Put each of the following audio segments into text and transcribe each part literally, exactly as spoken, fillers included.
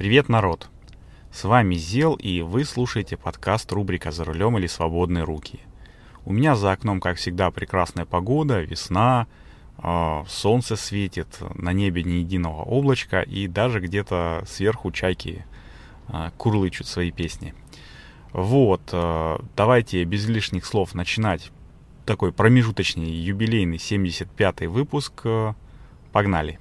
Привет, народ! С вами Зел, и вы слушаете подкаст рубрика «За рулем или свободные руки». У меня за окном, как всегда, прекрасная погода, весна, э, солнце светит, на небе ни единого облачка, и даже где-то сверху чайки э, курлычут свои песни. Вот, э, давайте без лишних слов начинать такой промежуточный, юбилейный семьдесят пятый выпуск. Э, погнали!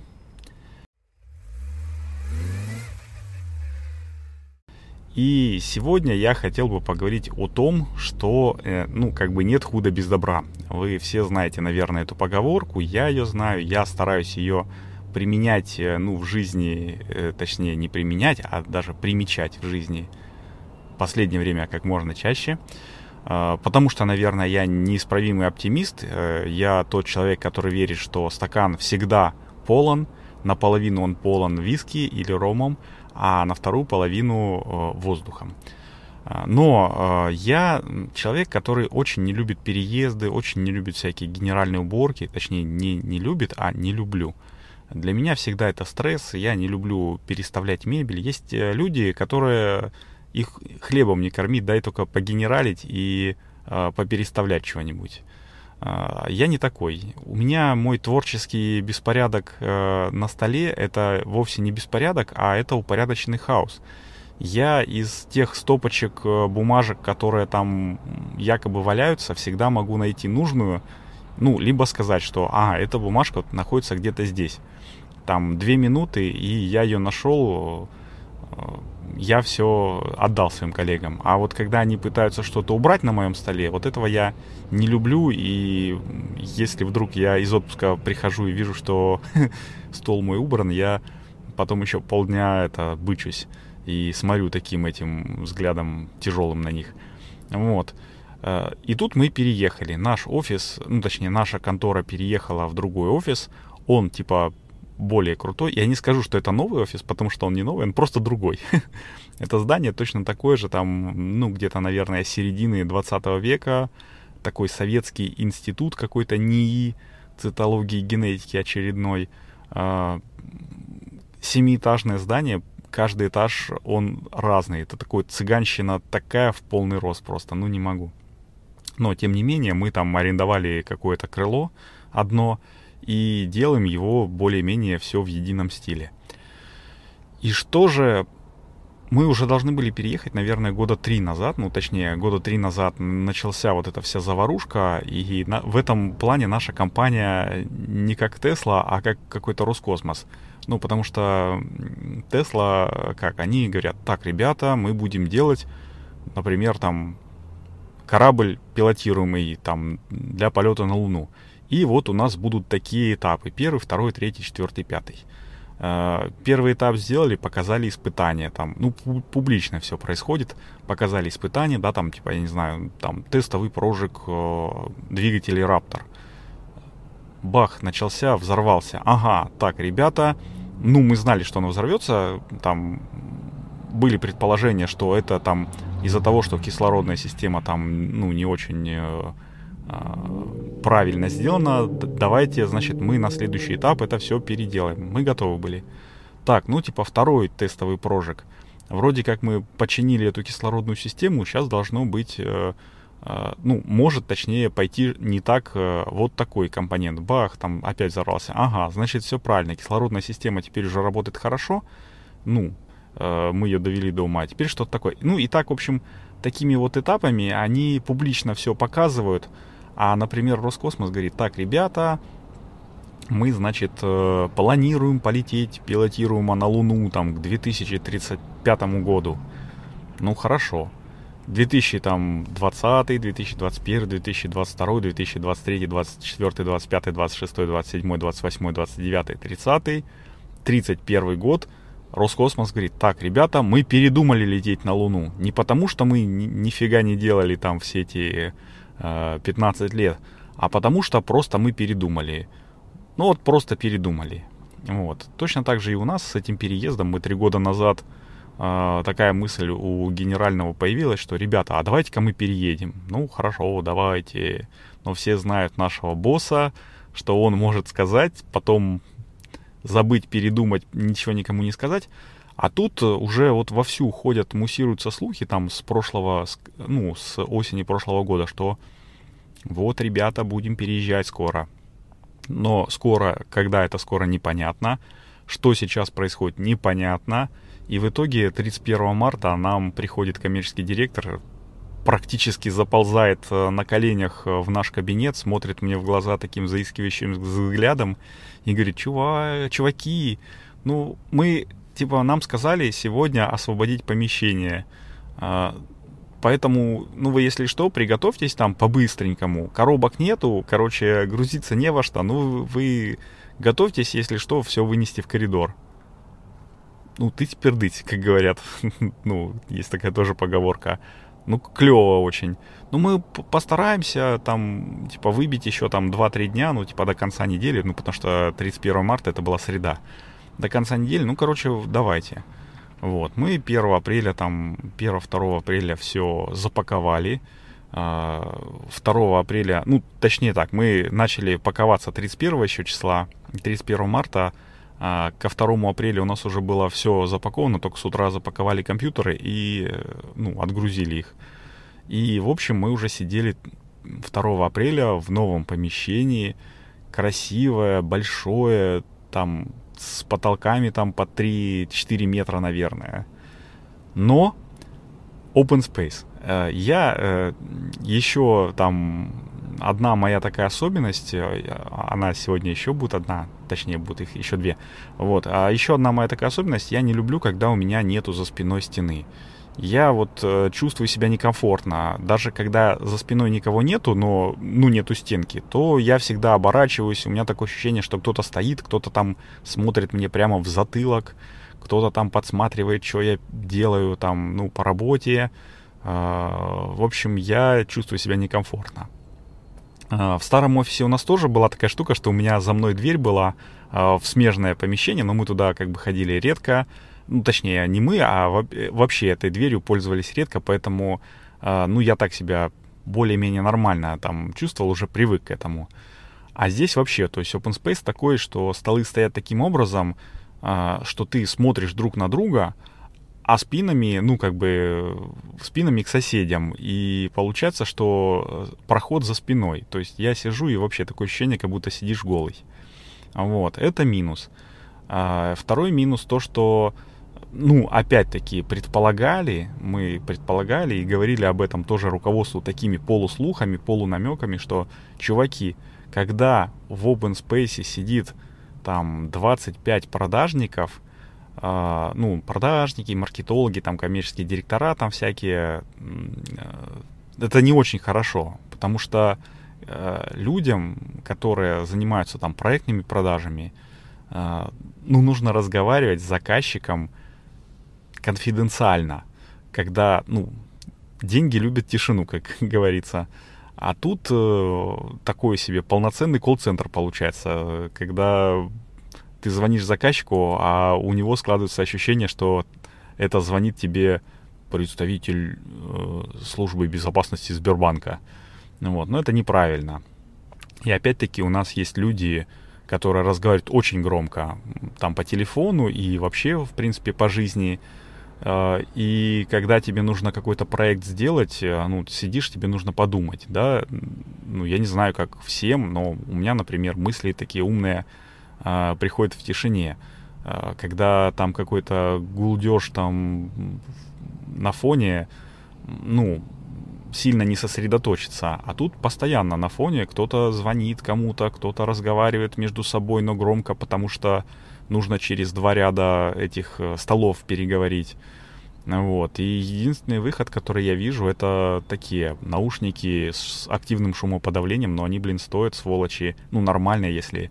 И сегодня я хотел бы поговорить о том, что, э, ну, как бы нет худа без добра. Вы все знаете, наверное, эту поговорку, я ее знаю, я стараюсь ее применять, э, ну, в жизни, э, точнее, не применять, а даже примечать в жизни в последнее время как можно чаще. Э, потому что, наверное, я неисправимый оптимист, э, я тот человек, который верит, что стакан всегда полон, наполовину он полон виски или ромом, а на вторую половину э, воздухом. Но э, я человек, который очень не любит переезды, очень не любит всякие генеральные уборки, точнее не, не любит, а не люблю. Для меня всегда это стресс, я не люблю переставлять мебель. Есть люди, которые их хлебом не кормить, дай только погенералить и э, попереставлять чего-нибудь. Я не такой. У меня мой творческий беспорядок э, на столе — это вовсе не беспорядок, а это упорядоченный хаос. Я из тех стопочек э, бумажек, которые там якобы валяются, всегда могу найти нужную, ну, либо сказать, что, ага, эта бумажка вот находится где-то здесь. Там две минуты, и я ее нашел, э, я все отдал своим коллегам. А вот когда они пытаются что-то убрать на моем столе, вот этого я не люблю. И если вдруг я из отпуска прихожу и вижу, что стол мой убран, я потом еще полдня это бычусь и смотрю таким этим взглядом тяжелым на них. Вот. И тут мы переехали. Наш офис, ну точнее наша контора переехала в другой офис. Он типа более крутой. Я не скажу, что это новый офис, потому что он не новый, он просто другой. Это здание точно такое же, там, ну, где-то, наверное, середины двадцатого века. Такой советский институт какой-то НИИ, цитологии и генетики очередной. Семиэтажное здание, каждый этаж, он разный. Это такой цыганщина такая в полный рост просто, ну, не могу. Но, тем не менее, мы там арендовали какое-то крыло одно, и делаем его более-менее все в едином стиле. И что же, мы уже должны были переехать, наверное, года три назад, ну, точнее, года три назад начался вот эта вся заварушка, и на, в этом плане наша компания не как Tesla, а как какой-то Роскосмос. Ну, потому что Tesla, как, они говорят, так, ребята, мы будем делать, например, там, корабль пилотируемый, там, для полета на Луну. И вот у нас будут такие этапы. Первый, второй, третий, четвертый, пятый. Первый этап сделали, показали испытания. Там, ну, публично все происходит. Показали испытания, да, там, типа, я не знаю, там, тестовый прожиг э, двигателей Raptor. Бах, начался, взорвался. Ага, так, ребята, ну, мы знали, что оно взорвется. Там были предположения, что это там из-за того, что кислородная система там, ну, не очень... Э, правильно сделано, давайте, значит, мы на следующий этап это все переделаем. Мы готовы были. Так, ну, типа, второй тестовый прожиг. Вроде как мы починили эту кислородную систему, сейчас должно быть, э, э, ну, может, точнее, пойти не так, э, вот такой компонент. Бах, там опять взорвался. Ага, значит, все правильно, кислородная система теперь уже работает хорошо. Ну, э, мы ее довели до ума. Теперь что-то такое. Ну, и так, в общем, такими вот этапами они публично все показывают. А, например, Роскосмос говорит, так, ребята, мы, значит, планируем полететь пилотируемо на Луну там, к две тысячи тридцать пятому году. Ну, хорошо. две тысячи двадцатый, две тысячи двадцать первый, две тысячи двадцать второй, две тысячи двадцать третий, двадцать четвёртый, двадцать пятый, двадцать шестой, двадцать седьмой, двадцать восьмой, двадцать девятый, тридцатый, тридцать первый год. Роскосмос говорит, так, ребята, мы передумали лететь на Луну. Не потому, что мы ни, нифига не делали там все эти... пятнадцать лет, а потому что просто мы передумали. Ну вот просто передумали. Вот. Точно так же и у нас с этим переездом. Мы три года назад э, такая мысль у генерального появилась, что, ребята, а давайте-ка мы переедем. Ну хорошо, давайте. Но все знают нашего босса, что он может сказать, потом забыть, передумать, ничего никому не сказать. А тут уже вот вовсю ходят, муссируются слухи там с прошлого, ну, с осени прошлого года, что вот, ребята, будем переезжать скоро. Но скоро, когда это скоро, непонятно. Что сейчас происходит, непонятно. И в итоге тридцать первого марта нам приходит коммерческий директор, практически заползает на коленях в наш кабинет, смотрит мне в глаза таким заискивающим взглядом и говорит: Чува, чуваки, ну мы, типа, нам сказали сегодня освободить помещение, поэтому, ну вы, если что, приготовьтесь там по-быстренькому, коробок нету, короче, грузиться не во что, ну вы готовьтесь, если что, все вынести в коридор. Ну, тыть-пердыть, как говорят. Ну, есть такая тоже поговорка. Ну, клево очень. Ну, мы постараемся там, типа, выбить еще там два-три дня, ну, типа, до конца недели, ну, потому что тридцать первого марта это была среда. До конца недели, ну, короче, давайте. Вот, мы первого апреля, там, первого-второго апреля все запаковали. второго апреля, ну, точнее так, мы начали паковаться тридцать первого еще числа, тридцать первого марта. Ко второму апреля у нас уже было все запаковано, только с утра запаковали компьютеры и, ну, отгрузили их. И, в общем, мы уже сидели второго апреля в новом помещении, красивое, большое, там, с потолками там по три-четыре метра, наверное. Но open space. Я еще там... Одна моя такая особенность, она сегодня еще будет одна, точнее, будет их еще две. Вот. А еще одна моя такая особенность, я не люблю, когда у меня нету за спиной стены. Я вот э, чувствую себя некомфортно. Даже когда за спиной никого нету, но, ну, нету стенки, то я всегда оборачиваюсь. У меня такое ощущение, что кто-то стоит, кто-то там смотрит мне прямо в затылок, кто-то там подсматривает, что я делаю там, ну, по работе. Э, в общем, я чувствую себя некомфортно. В старом офисе у нас тоже была такая штука, что у меня за мной дверь была в смежное помещение, но мы туда как бы ходили редко. Ну, точнее, не мы, а вообще этой дверью пользовались редко, поэтому, ну, я так себя более-менее нормально там чувствовал, уже привык к этому. А здесь вообще, то есть open space такой, что столы стоят таким образом, что ты смотришь друг на друга, а спинами, ну, как бы, спинами к соседям. И получается, что проход за спиной. То есть я сижу, и вообще такое ощущение, как будто сидишь голый. Вот, это минус. А второй минус то, что, ну, опять-таки, предполагали, мы предполагали и говорили об этом тоже руководству такими полуслухами, полунамеками, что, чуваки, когда в open space сидит там двадцать пять продажников, Uh, ну, продажники, маркетологи, там, коммерческие директора, там всякие, uh, это не очень хорошо, потому что uh, людям, которые занимаются там проектными продажами, uh, ну, нужно разговаривать с заказчиком конфиденциально, когда, ну, деньги любят тишину, как говорится. А тут uh, такой себе полноценный колл-центр получается, когда ты звонишь заказчику, а у него складывается ощущение, что это звонит тебе представитель э, службы безопасности Сбербанка. Вот. Но это неправильно. И опять-таки у нас есть люди, которые разговаривают очень громко, там по телефону и вообще, в принципе, по жизни. Э, и когда тебе нужно какой-то проект сделать, э, ну, ты сидишь, тебе нужно подумать, да. Ну, я не знаю, как всем, но у меня, например, мысли такие умные приходит в тишине, когда там какой-то гулдеж там на фоне, ну, сильно не сосредоточиться, а тут постоянно на фоне кто-то звонит кому-то, кто-то разговаривает между собой, но громко, потому что нужно через два ряда этих столов переговорить. Вот. И единственный выход, который я вижу, это такие наушники с активным шумоподавлением, но они, блин, стоят, сволочи, ну, нормальные, если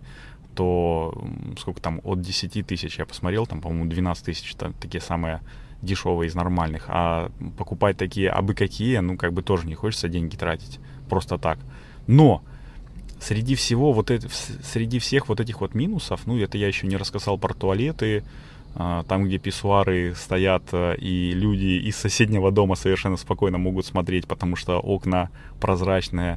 то сколько там, от десяти тысяч я посмотрел, там, по-моему, двенадцать тысяч, там, такие самые дешевые из нормальных, а покупать такие абы какие, ну, как бы тоже не хочется деньги тратить просто так. Но среди всего вот это, среди всех вот этих вот минусов, ну, это я еще не рассказал про туалеты, там, где писсуары стоят, и люди из соседнего дома совершенно спокойно могут смотреть, потому что окна прозрачные,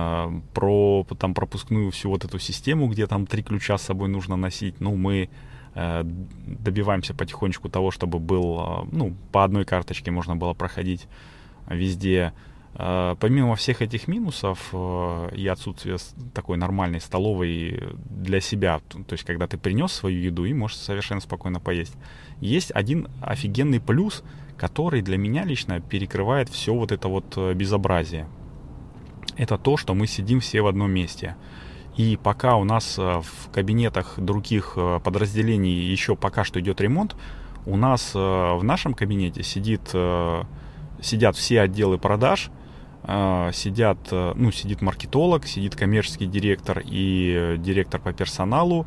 про там пропускную всю вот эту систему, где там три ключа с собой нужно носить. Ну, мы добиваемся потихонечку того, чтобы был, ну, по одной карточке можно было проходить везде. Помимо всех этих минусов и отсутствия такой нормальной столовой для себя, то есть когда ты принес свою еду и можешь совершенно спокойно поесть, есть один офигенный плюс, который для меня лично перекрывает все вот это вот безобразие. Это то, что мы сидим все в одном месте. И пока у нас в кабинетах других подразделений еще пока что идет ремонт, у нас в нашем кабинете сидит, сидят все отделы продаж, сидят, ну, сидит маркетолог, сидит коммерческий директор и директор по персоналу,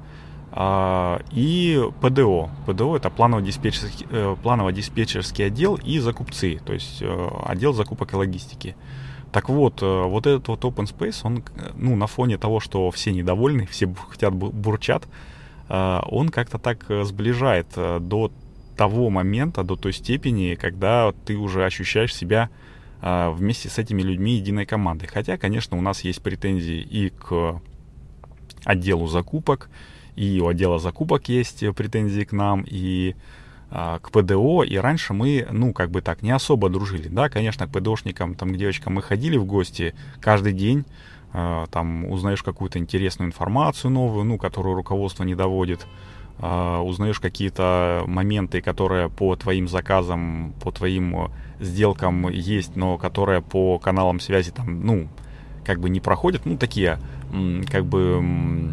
и ПДО. ПДО — это планово-диспетчерский, планово-диспетчерский отдел и закупцы, то есть отдел закупок и логистики. Так вот, вот этот вот Open Space, он, ну, на фоне того, что все недовольны, все хотят, бурчат, он как-то так сближает до того момента, до той степени, когда ты уже ощущаешь себя вместе с этими людьми единой командой. Хотя, конечно, у нас есть претензии и к отделу закупок, и у отдела закупок есть претензии к нам, и а, к ПДО. И раньше мы, ну, как бы так, не особо дружили. Да, конечно, к ПДОшникам, там, к девочкам мы ходили в гости каждый день. А, там узнаешь какую-то интересную информацию новую, ну, которую руководство не доводит. Uh, узнаешь какие-то моменты, которые по твоим заказам, по твоим сделкам есть, но которые по каналам связи там, ну, как бы не проходят, ну, такие, как бы,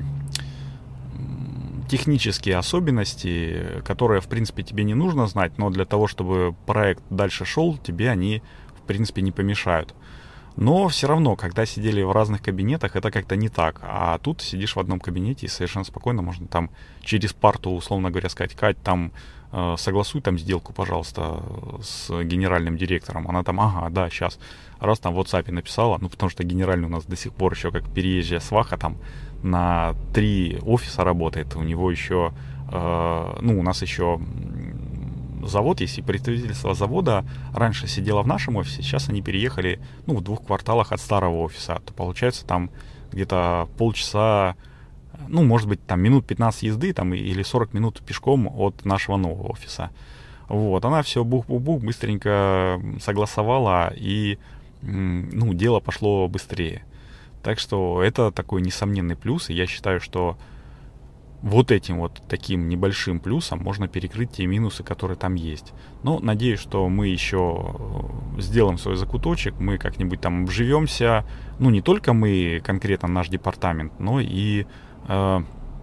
технические особенности, которые, в принципе, тебе не нужно знать, но для того, чтобы проект дальше шел, тебе они, в принципе, не помешают. Но все равно, когда сидели в разных кабинетах, это как-то не так. А тут сидишь в одном кабинете и совершенно спокойно можно там через парту, условно говоря, сказать: Кать, там э, согласуй там сделку, пожалуйста, с генеральным директором. Она там: ага, да, сейчас. Раз там в WhatsApp написала, ну потому что генеральный у нас до сих пор еще как переезжая сваха, там на три офиса работает. У него еще, э, ну у нас еще... завод, если представительство завода раньше сидело в нашем офисе, сейчас они переехали, ну, в двух кварталах от старого офиса, то получается там где-то полчаса, ну, может быть, там минут пятнадцать езды там, или сорок минут пешком от нашего нового офиса. Вот, она все бух-бух-бух быстренько согласовала, и, ну, дело пошло быстрее. Так что это такой несомненный плюс, и я считаю, что вот этим вот таким небольшим плюсом можно перекрыть те минусы, которые там есть. Но надеюсь, что мы еще сделаем свой закуточек, мы как-нибудь там обживемся. Ну, не только мы, конкретно наш департамент, но и, э,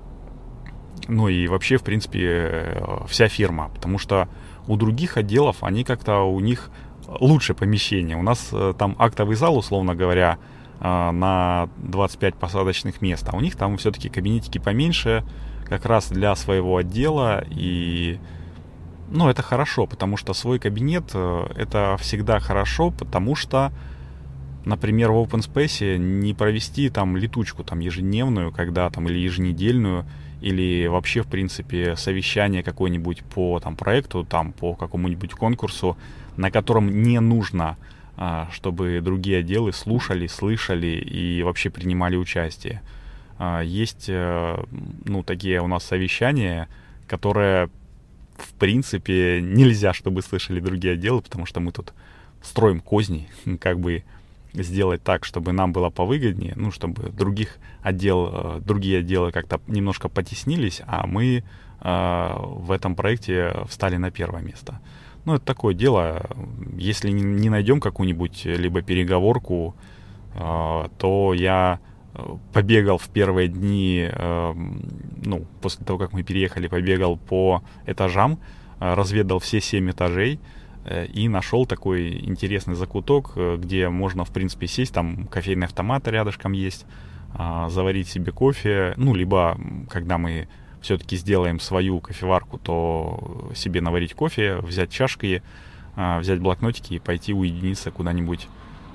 ну и вообще, в принципе, вся фирма. Потому что у других отделов, они как-то, у них лучше помещение. У нас там актовый зал, условно говоря, на двадцать пять посадочных мест, а у них там все-таки кабинетики поменьше, как раз для своего отдела, и, ну, это хорошо, потому что свой кабинет — это всегда хорошо, потому что, например, в Open Space не провести там летучку там ежедневную, когда там, или еженедельную, или вообще, в принципе, совещание какое-нибудь по там проекту, там по какому-нибудь конкурсу, на котором не нужно, чтобы другие отделы слушали, слышали и вообще принимали участие. Есть, ну, такие у нас совещания, которые, в принципе, нельзя, чтобы слышали другие отделы, потому что мы тут строим козни, как бы сделать так, чтобы нам было повыгоднее, ну, чтобы других отдел, другие отделы как-то немножко потеснились, а мы в этом проекте встали на первое место. Ну, это такое дело. Если не найдем какую-нибудь либо переговорку, э, то я побегал в первые дни, э, ну, после того, как мы переехали, побегал по этажам, э, разведал все семь этажей э, и нашел такой интересный закуток, э, где можно, в принципе, сесть, там кофейный автомат рядышком есть, э, заварить себе кофе, ну, либо, когда мы все-таки сделаем свою кофеварку, то себе наварить кофе, взять чашки, взять блокнотики и пойти уединиться куда-нибудь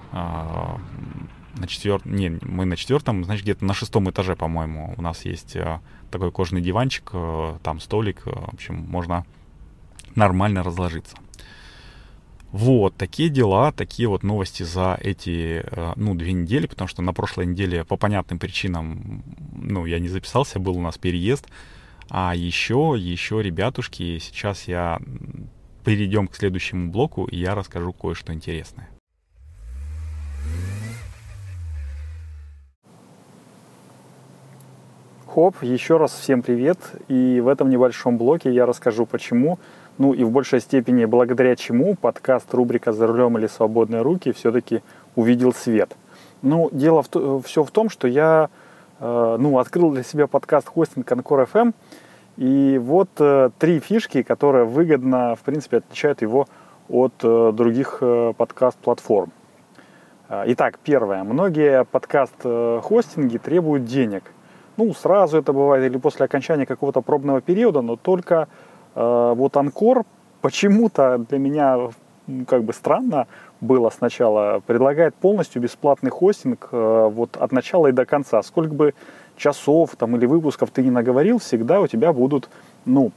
на четвертом... Не, мы на четвертом, значит, где-то на шестом этаже, по-моему, у нас есть такой кожаный диванчик, там столик, в общем, можно нормально разложиться. Вот, такие дела, такие вот новости за эти, ну, две недели, потому что на прошлой неделе по понятным причинам, ну, я не записался, был у нас переезд. А еще, еще, ребятушки, сейчас я перейдем к следующему блоку, и я расскажу кое-что интересное. Хоп, еще раз всем привет. И в этом небольшом блоке я расскажу, почему, ну и в большей степени благодаря чему подкаст рубрика «За рулем или свободные руки» все-таки увидел свет. Ну, дело в то, все в том, что я э, ну, открыл для себя подкаст-хостинг Анкор эф эм. И вот э, три фишки, которые выгодно, в принципе, отличают его от э, других э, подкаст-платформ. Итак, первое. Многие подкаст-хостинги требуют денег. Ну, сразу это бывает или после окончания какого-то пробного периода, но только э, вот Анкор почему-то для меня ну, как бы странно было сначала, предлагает полностью бесплатный хостинг э, вот от начала и до конца. Сколько бы часов там или выпусков ты не наговорил, всегда у тебя будут, ну,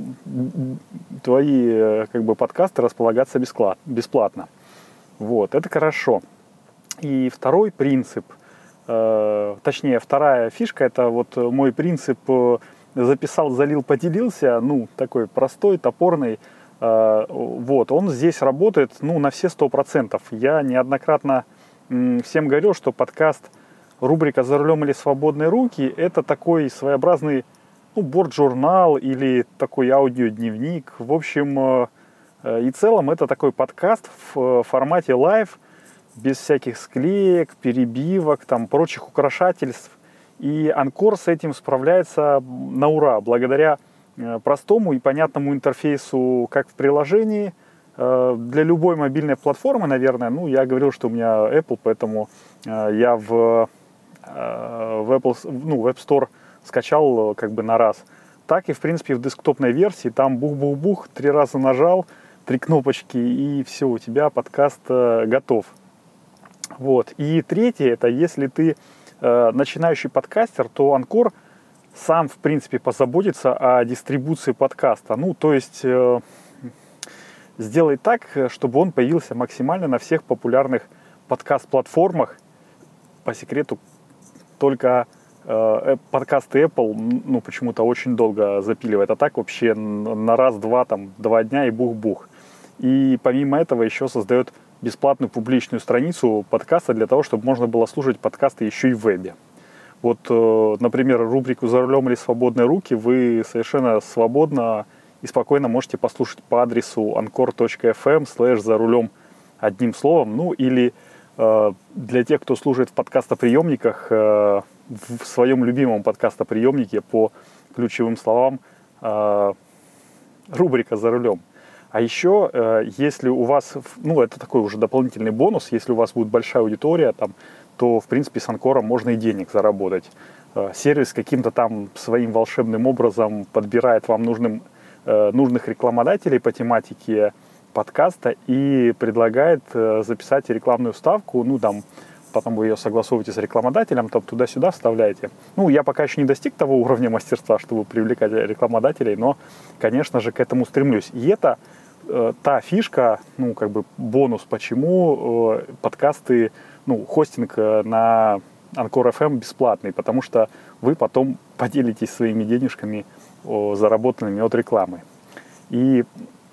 твои э, как бы подкасты располагаться бесплатно. Вот, это хорошо. И второй принцип, э, точнее, вторая фишка, это вот мой принцип э, записал, залил, поделился, ну, такой простой, топорный. Э, вот, он здесь работает, ну, на все сто процентов. Я неоднократно м, всем говорил, что подкаст рубрика «За рулем или свободные руки» это такой своеобразный, ну, борт-журнал или такой аудиодневник. В общем, э, и целом это такой подкаст в формате лайв, без всяких склеек, перебивок, там, прочих украшательств. И Анкор с этим справляется на ура, благодаря э, простому и понятному интерфейсу, как в приложении, э, для любой мобильной платформы, наверное. Ну, я говорил, что у меня Apple, поэтому э, я в, э, в, Apple, ну, в App Store скачал как бы на раз. Так и, в принципе, в десктопной версии, там бух-бух-бух, три раза нажал, три кнопочки, и все, у тебя подкаст э, готов. Вот. И третье, это если ты э, начинающий подкастер, то Анкор сам, в принципе, позаботится о дистрибуции подкаста. Ну, то есть э, сделай так, чтобы он появился максимально на всех популярных подкаст-платформах. По секрету, только э, подкасты Apple, ну, почему-то очень долго запиливает. А так вообще на раз-два, там, два дня и бух-бух. И помимо этого еще создает бесплатную публичную страницу подкаста для того, чтобы можно было слушать подкасты еще и в вебе. Вот, например, рубрику «За рулем или свободные руки» вы совершенно свободно и спокойно можете послушать по адресу анкор точка эф эм слэш за рулем одним словом. Ну или э, для тех, кто слушает в подкастоприемниках, э, в своем любимом подкастоприемнике по ключевым словам э, рубрика «За рулем». А еще, э, если у вас, ну, это такой уже дополнительный бонус, если у вас будет большая аудитория, там, то, в принципе, с Анкором можно и денег заработать. Э, сервис каким-то там своим волшебным образом подбирает вам нужным, э, нужных рекламодателей по тематике подкаста и предлагает э, записать рекламную вставку, ну, там, потом вы ее согласовываете с рекламодателем, там, туда-сюда вставляете. Ну, я пока еще не достиг того уровня мастерства, чтобы привлекать рекламодателей, но, конечно же, к этому стремлюсь. И это э, та фишка, ну, как бы бонус, почему э, подкасты, ну, хостинг э, на Анкор эф эм бесплатный, потому что вы потом поделитесь своими денежками, э, заработанными от рекламы. И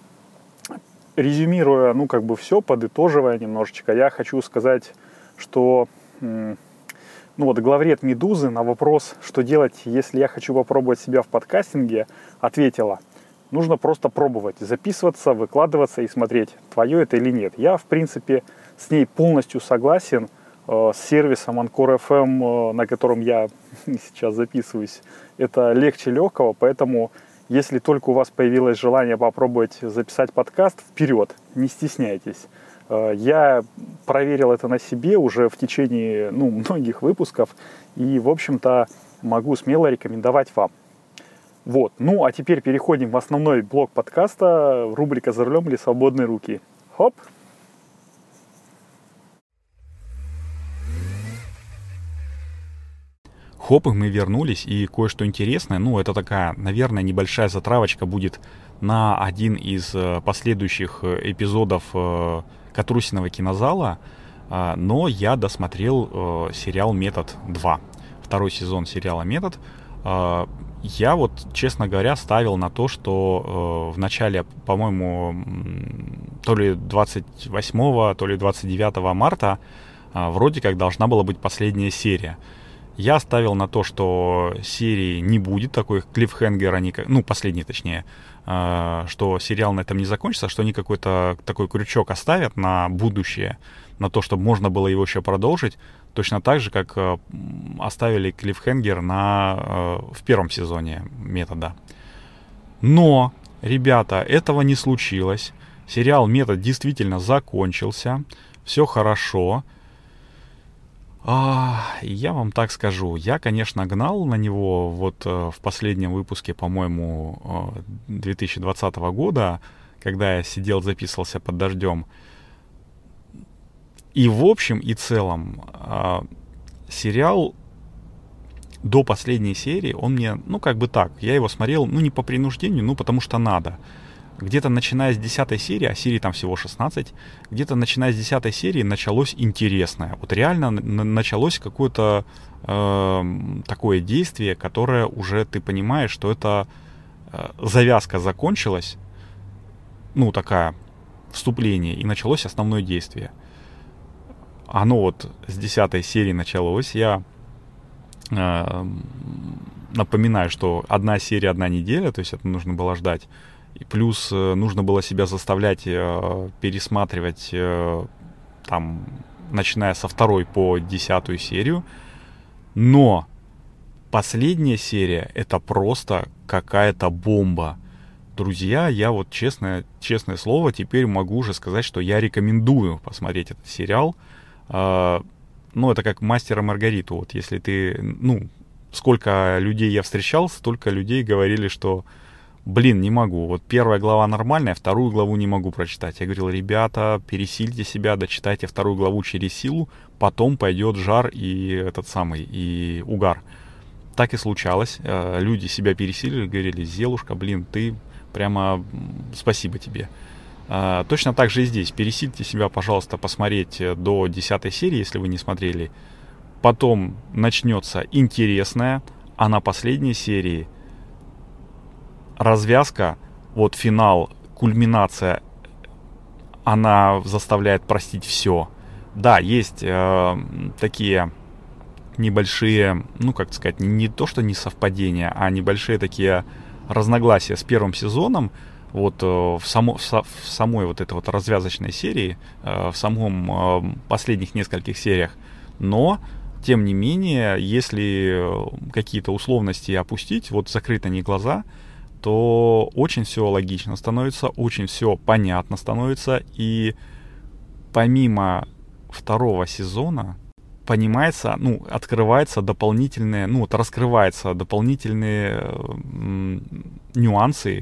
резюмируя, ну, как бы все, подытоживая немножечко, я хочу сказать, что, ну вот, главред «Медузы» на вопрос, что делать, если я хочу попробовать себя в подкастинге, ответила: нужно просто пробовать, записываться, выкладываться и смотреть, твое это или нет. Я, в принципе, с ней полностью согласен. С сервисом Анкор эф эм, на котором я сейчас записываюсь, это легче легкого, поэтому если только у вас появилось желание попробовать записать подкаст, вперед, не стесняйтесь. Я проверил это на себе уже в течение, ну, многих выпусков и, в общем-то, могу смело рекомендовать вам. Вот. Ну, а теперь переходим в основной блок подкаста, рубрика «За рулем или свободные руки». Хоп! Хоп, и мы вернулись, и кое-что интересное, ну, это такая, наверное, небольшая затравочка будет на один из последующих эпизодов Катрусиного кинозала, но я досмотрел сериал «Метод два», второй сезон сериала «Метод». Я вот, честно говоря, ставил на то, что э, в начале, по-моему, то ли двадцать восьмого, то ли двадцать девятого марта э, вроде как должна была быть последняя серия. Я ставил на то, что серии не будет, такой клиффхенгер, они, ну, последний точнее, э, что сериал на этом не закончится, что они какой-то такой крючок оставят на будущее, на то, чтобы можно было его еще продолжить. Точно так же, как э, оставили клиффхенгер на, э, в первом сезоне метода. Но, ребята, этого не случилось. Сериал «Метод» действительно закончился. Все хорошо. А, я вам так скажу. Я, конечно, гнал на него вот э, в последнем выпуске, по-моему, э, две тысячи двадцатого года, когда я сидел, записывался под дождем. И в общем и целом э, сериал до последней серии, он мне, ну как бы так, я его смотрел, ну не по принуждению, ну потому что надо. Где-то начиная с десятой серии, а серий там всего шестнадцать, где-то начиная с десятой серии началось интересное. Вот реально началось какое-то э, такое действие, которое уже ты понимаешь, что это э, завязка закончилась, ну такая, вступление, и началось основное действие. Оно вот с десятой серии началось. Я э, напоминаю, что одна серия, одна неделя, то есть это нужно было ждать. И плюс э, нужно было себя заставлять э, пересматривать, э, там, начиная со второй по десятую серию. Но последняя серия — это просто какая-то бомба. Друзья, я вот честное, честное слово теперь могу уже сказать, что я рекомендую посмотреть этот сериал. Uh, ну, это как «Мастер и Маргариту». Вот если ты, ну, сколько людей я встречал, столько людей говорили, что, блин, не могу. Вот первая глава нормальная, вторую главу не могу прочитать. Я говорил, ребята, пересильте себя, дочитайте вторую главу через силу, потом пойдет жар и этот самый, и угар. Так и случалось. Uh, люди себя пересилили, говорили, Зелушка, блин, ты прямо спасибо тебе. Uh, точно так же и здесь. Пересильте себя, пожалуйста, посмотреть до десятой серии, если вы не смотрели. Потом начнется интересное, а на последней серии развязка, вот финал, кульминация, она заставляет простить все. Да, есть uh, такие небольшие, ну как сказать, не, не то что не совпадения, а небольшие такие разногласия с первым сезоном. Вот в, само, в, в самой вот этой вот развязочной серии, в самом последних нескольких сериях. Но, тем не менее, если какие-то условности опустить, вот закрыть они глаза, то очень все логично становится, очень все понятно становится. И помимо второго сезона понимается, ну, открывается дополнительные, ну, вот раскрываются дополнительные м, нюансы,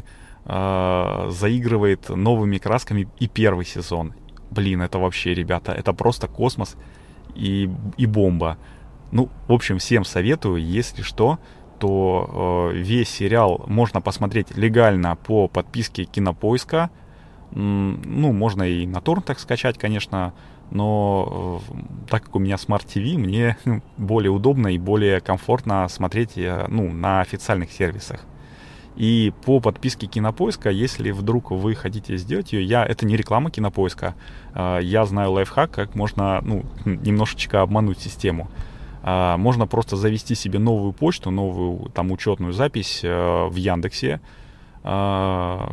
заигрывает новыми красками и первый сезон. Блин, это вообще, ребята, это просто космос и, и бомба. Ну, в общем, всем советую, если что, то э, весь сериал можно посмотреть легально по подписке Кинопоиска. М, ну, можно и на торрент так скачать, конечно, но э, так как у меня Smart ти ви, мне более удобно и более комфортно смотреть э, ну, на официальных сервисах. И по подписке Кинопоиска, если вдруг вы хотите сделать ее, я, это не реклама Кинопоиска, э, я знаю лайфхак, как можно, ну, немножечко обмануть систему. Э, можно просто завести себе новую почту, новую там учетную запись э, в Яндексе. Э,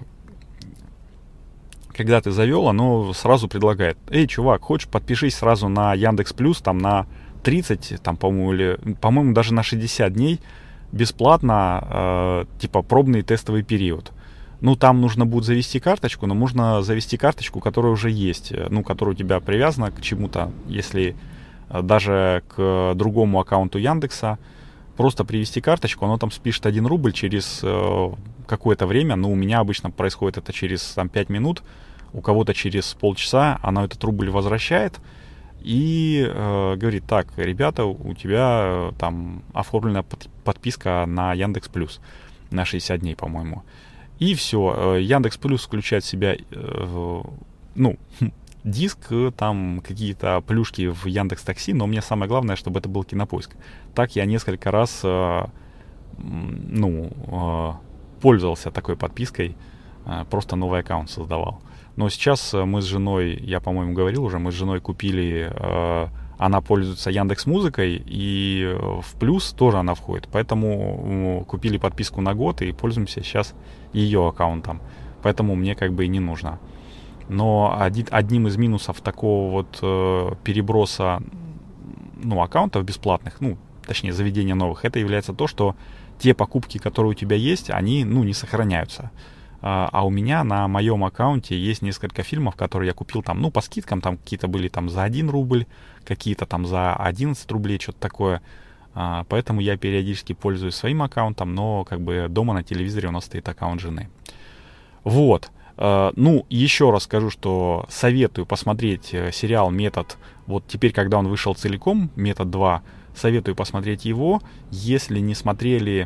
когда ты завел, оно сразу предлагает: эй, чувак, хочешь, подпишись сразу на Яндекс Плюс, там на тридцать, там, по-моему, или, по-моему, даже на шестьдесят дней, бесплатно, э, типа пробный тестовый период. Ну, там нужно будет завести карточку, но можно завести карточку, которая уже есть, ну, которая у тебя привязана к чему-то, если э, даже к другому аккаунту Яндекса. Просто привести карточку, оно там спишет один рубль через э, какое-то время. Ну, у меня обычно происходит это через там, пять минут, у кого-то через полчаса она этот рубль возвращает. И э, говорит: так, ребята, у тебя э, там оформлена под, подписка на Яндекс Плюс на шестьдесят дней, по-моему. И все, э, Яндекс Плюс включает в себя, э, ну, диск, там какие-то плюшки в Яндекс Такси, но мне самое главное, чтобы это был Кинопоиск. Так я несколько раз э, ну, э, пользовался такой подпиской, э, просто новый аккаунт создавал. Но сейчас мы с женой, я, по-моему, говорил уже, мы с женой купили, э, она пользуется Яндекс.Музыкой, и в плюс тоже она входит. Поэтому э, купили подписку на год и пользуемся сейчас ее аккаунтом. Поэтому мне как бы и не нужно. Но один, одним из минусов такого вот э, переброса, ну, аккаунтов бесплатных, ну, точнее, заведения новых, это является то, что те покупки, которые у тебя есть, они, ну, не сохраняются. А, а у меня на моем аккаунте есть несколько фильмов, которые я купил там, ну, по скидкам, там какие-то были там за один рубль, какие-то там за одиннадцать рублей, что-то такое. А, поэтому я периодически пользуюсь своим аккаунтом, но как бы дома на телевизоре у нас стоит аккаунт жены. Вот. Ну, еще раз скажу, что советую посмотреть сериал «Метод». Вот теперь, когда он вышел целиком, «Метод два», советую посмотреть его. Если не смотрели,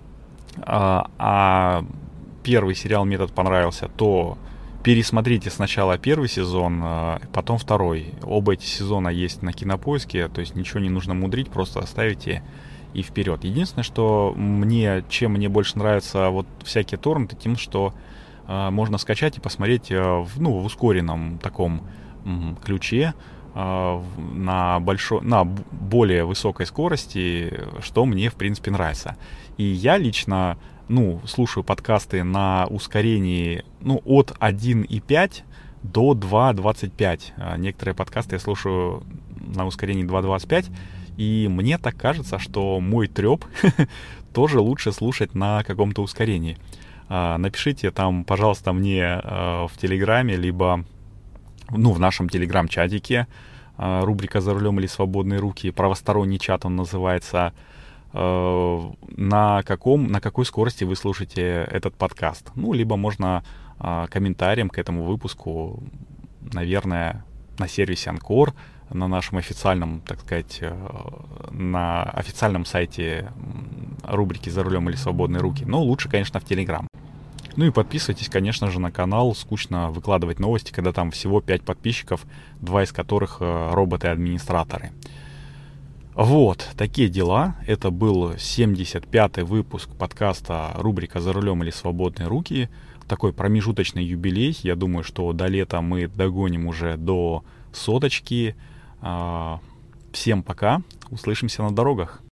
а, а первый сериал «Метод» понравился, то пересмотрите сначала первый сезон, потом второй. Оба эти сезона есть на Кинопоиске, то есть ничего не нужно мудрить, просто оставите и вперед. Единственное, что мне, чем мне больше нравятся вот всякие торренты, тем, что можно скачать и посмотреть в, ну, в ускоренном таком ключе на, большой, на более высокой скорости, что мне, в принципе, нравится. И я лично, ну, слушаю подкасты на ускорении, ну, от один и пять до два двадцать пять. Некоторые подкасты я слушаю на ускорении два двадцать пять, и мне так кажется, что мой треп тоже лучше слушать на каком-то ускорении. Напишите там, пожалуйста, мне э, в Телеграме, либо ну, в нашем Телеграм-чатике, э, рубрика «За рулем или свободные руки», правосторонний чат он называется, э, на, каком, на какой скорости вы слушаете этот подкаст. Ну, либо можно э, комментарием к этому выпуску, наверное, на сервисе Анкор, на нашем официальном, так сказать, э, на официальном сайте рубрики «За рулем или свободные руки». Но лучше, конечно, в Телеграм. Ну и подписывайтесь, конечно же, на канал. Скучно выкладывать новости, когда там всего пять подписчиков, два из которых э, роботы-администраторы. Вот, такие дела. Это был семьдесят пятый выпуск подкаста рубрика «За рулем или свободные руки». Такой промежуточный юбилей. Я думаю, что до лета мы догоним уже до соточки. Всем пока. Услышимся на дорогах.